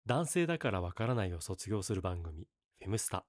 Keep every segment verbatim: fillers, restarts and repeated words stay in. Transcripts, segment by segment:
男性だからわからないを卒業する番組、フェムスタ。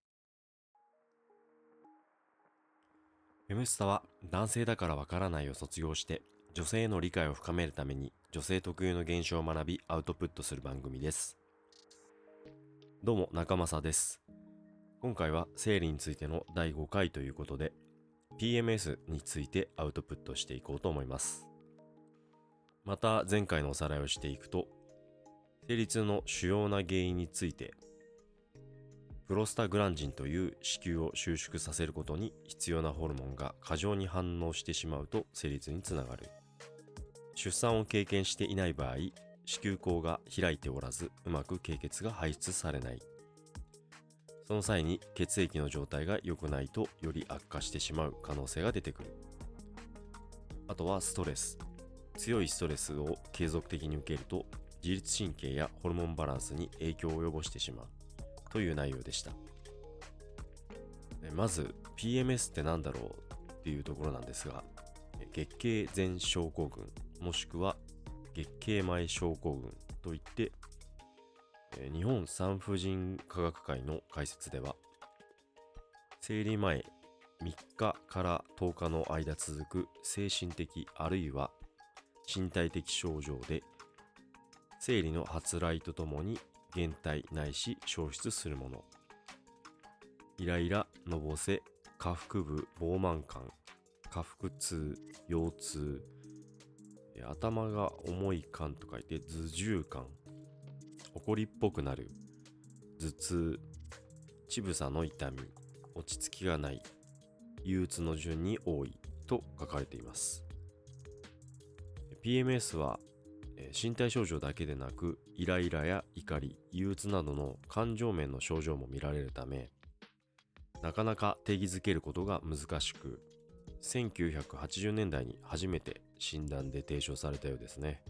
フェムスタは男性だからわからないを卒業して、女性への理解を深めるために女性特有の現象を学びアウトプットする番組です。どうも中正です。今回は生理についてのだいごかいということで、ピーエムエス についてアウトプットしていこうと思います。また前回のおさらいをしていくと、生理痛の主要な原因について、プロスタグランジンという子宮を収縮させることに必要なホルモンが過剰に反応してしまうと生理痛につながる。出産を経験していない場合、子宮口が開いておらずうまく経血が排出されない。その際に血液の状態が良くないとより悪化してしまう可能性が出てくる。あとはストレス。強いストレスを継続的に受けると自律神経やホルモンバランスに影響を及ぼしてしまうという内容でした。まず ピーエムエス って何だろうっていうところなんですが、月経前症候群もしくは月経前症候群といって、日本産婦人科学会の解説では、生理前みっかからとおかの間続く精神的あるいは身体的症状で、生理の発来とともに減退ないし消失するもの。イライラ、のぼせ、下腹部膨満感、下腹痛、腰痛、頭が重い感と書いて頭重感、怒りっぽくなる、頭痛、乳房の痛み、落ち着きがない、憂鬱の順に多いと書かれています。ピーエムエス は身体症状だけでなく、イライラや怒り、憂鬱などの感情面の症状も見られるため、なかなか定義づけることが難しく、せんきゅうひゃくはちじゅうねんだいに初めて診断で提唱されたようですね。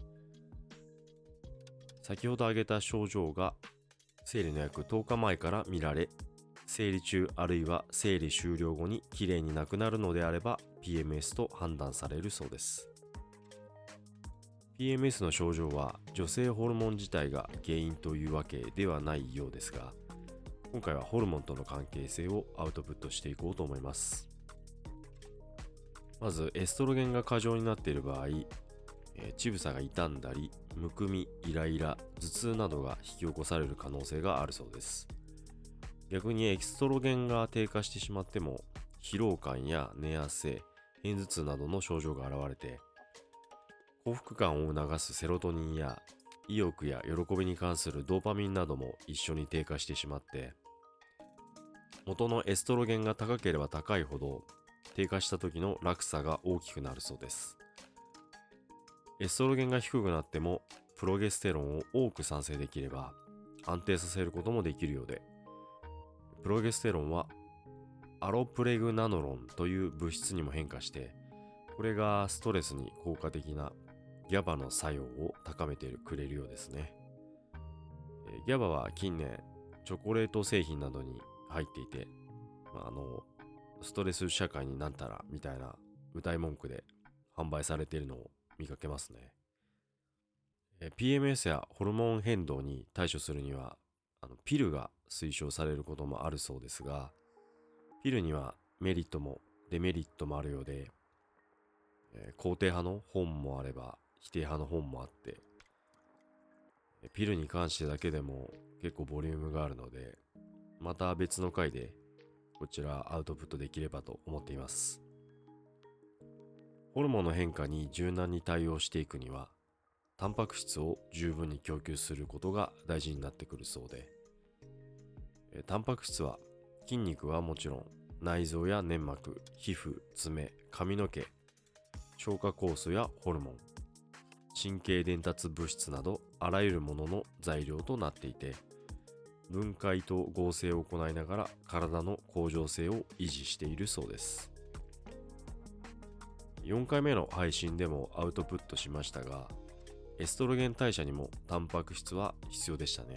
先ほど挙げた症状が生理の約とおかまえから見られ、生理中あるいは生理終了後にきれいになくなるのであれば ピーエムエス と判断されるそうです。ピーエムエス の症状は女性ホルモン自体が原因というわけではないようですが、今回はホルモンとの関係性をアウトプットしていこうと思います。まずエストロゲンが過剰になっている場合、えー、乳房が傷んだり、むくみ、イライラ、頭痛などが引き起こされる可能性があるそうです。逆にエストロゲンが低下してしまっても、疲労感や寝汗、片頭痛などの症状が現れて、幸福感を促すセロトニンや意欲や喜びに関するドーパミンなども一緒に低下してしまって、元のエストロゲンが高ければ高いほど低下した時の落差が大きくなるそうです。エストロゲンが低くなってもプロゲステロンを多く産生できれば安定させることもできるようで、プロゲステロンはアロプレグナノロンという物質にも変化して、これがストレスに効果的なギャバの作用を高めてくれるようですね。ギャバは近年チョコレート製品などに入っていて、まあ、あのストレス社会になんたらみたいな謳い文句で販売されているのを見かけますね。ピーエムエス やホルモン変動に対処するにはあのピルが推奨されることもあるそうですが、ピルにはメリットもデメリットもあるようで、えー肯定派の本もあれば否定派の本もあって、ピルに関してだけでも結構ボリュームがあるので、また別の回でこちらアウトプットできればと思っています。ホルモンの変化に柔軟に対応していくには、タンパク質を十分に供給することが大事になってくるそうで、えタンパク質は筋肉はもちろん内臓や粘膜、皮膚、爪、髪の毛、消化酵素やホルモン、神経伝達物質などあらゆるものの材料となっていて、分解と合成を行いながら体の恒常性を維持しているそうです。よんかいめの配信でもアウトプットしましたが、エストロゲン代謝にもタンパク質は必要でしたね。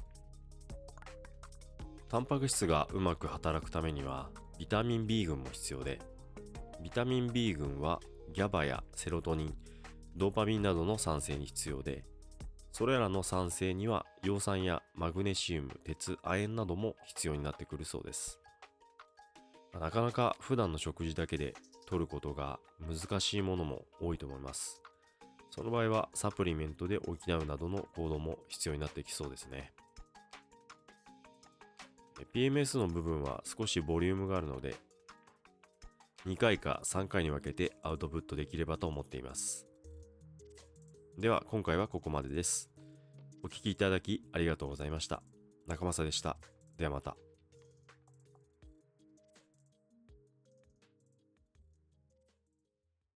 タンパク質がうまく働くためにはビタミン B 群も必要で、ビタミン B 群はギャバやセロトニン、ドーパミンなどの産生に必要で、 それらの酸性には葉酸やマグネシウム、鉄、亜鉛なども必要になってくるそうです。なかなか普段の食事だけで摂ることが難しいものも多いと思います。その場合はサプリメントで補うなどの行動も必要になってきそうですね。ピーエムエス の部分は少しボリュームがあるので、にかいかさんかいに分けてアウトプットできればと思っています。では今回はここまでです。お聞きいただきありがとうございました。中正でした。ではまた。